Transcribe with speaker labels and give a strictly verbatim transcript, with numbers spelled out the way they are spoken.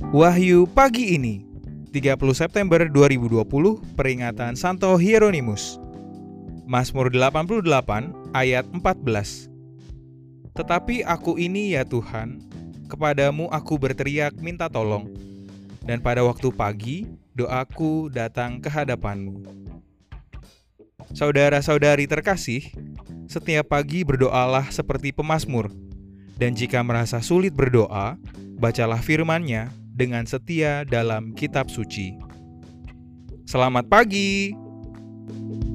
Speaker 1: Wahyu pagi ini, tiga puluh September dua ribu dua puluh, peringatan Santo Hieronymus. Mazmur delapan puluh delapan ayat empat belas. Tetapi aku ini ya Tuhan, kepadamu aku berteriak minta tolong, dan pada waktu pagi doaku datang ke hadapanmu. Saudara-saudari terkasih, setiap pagi berdoalah seperti pemazmur, dan jika merasa sulit berdoa, bacalah firman-Nya dengan setia dalam kitab suci. Selamat pagi.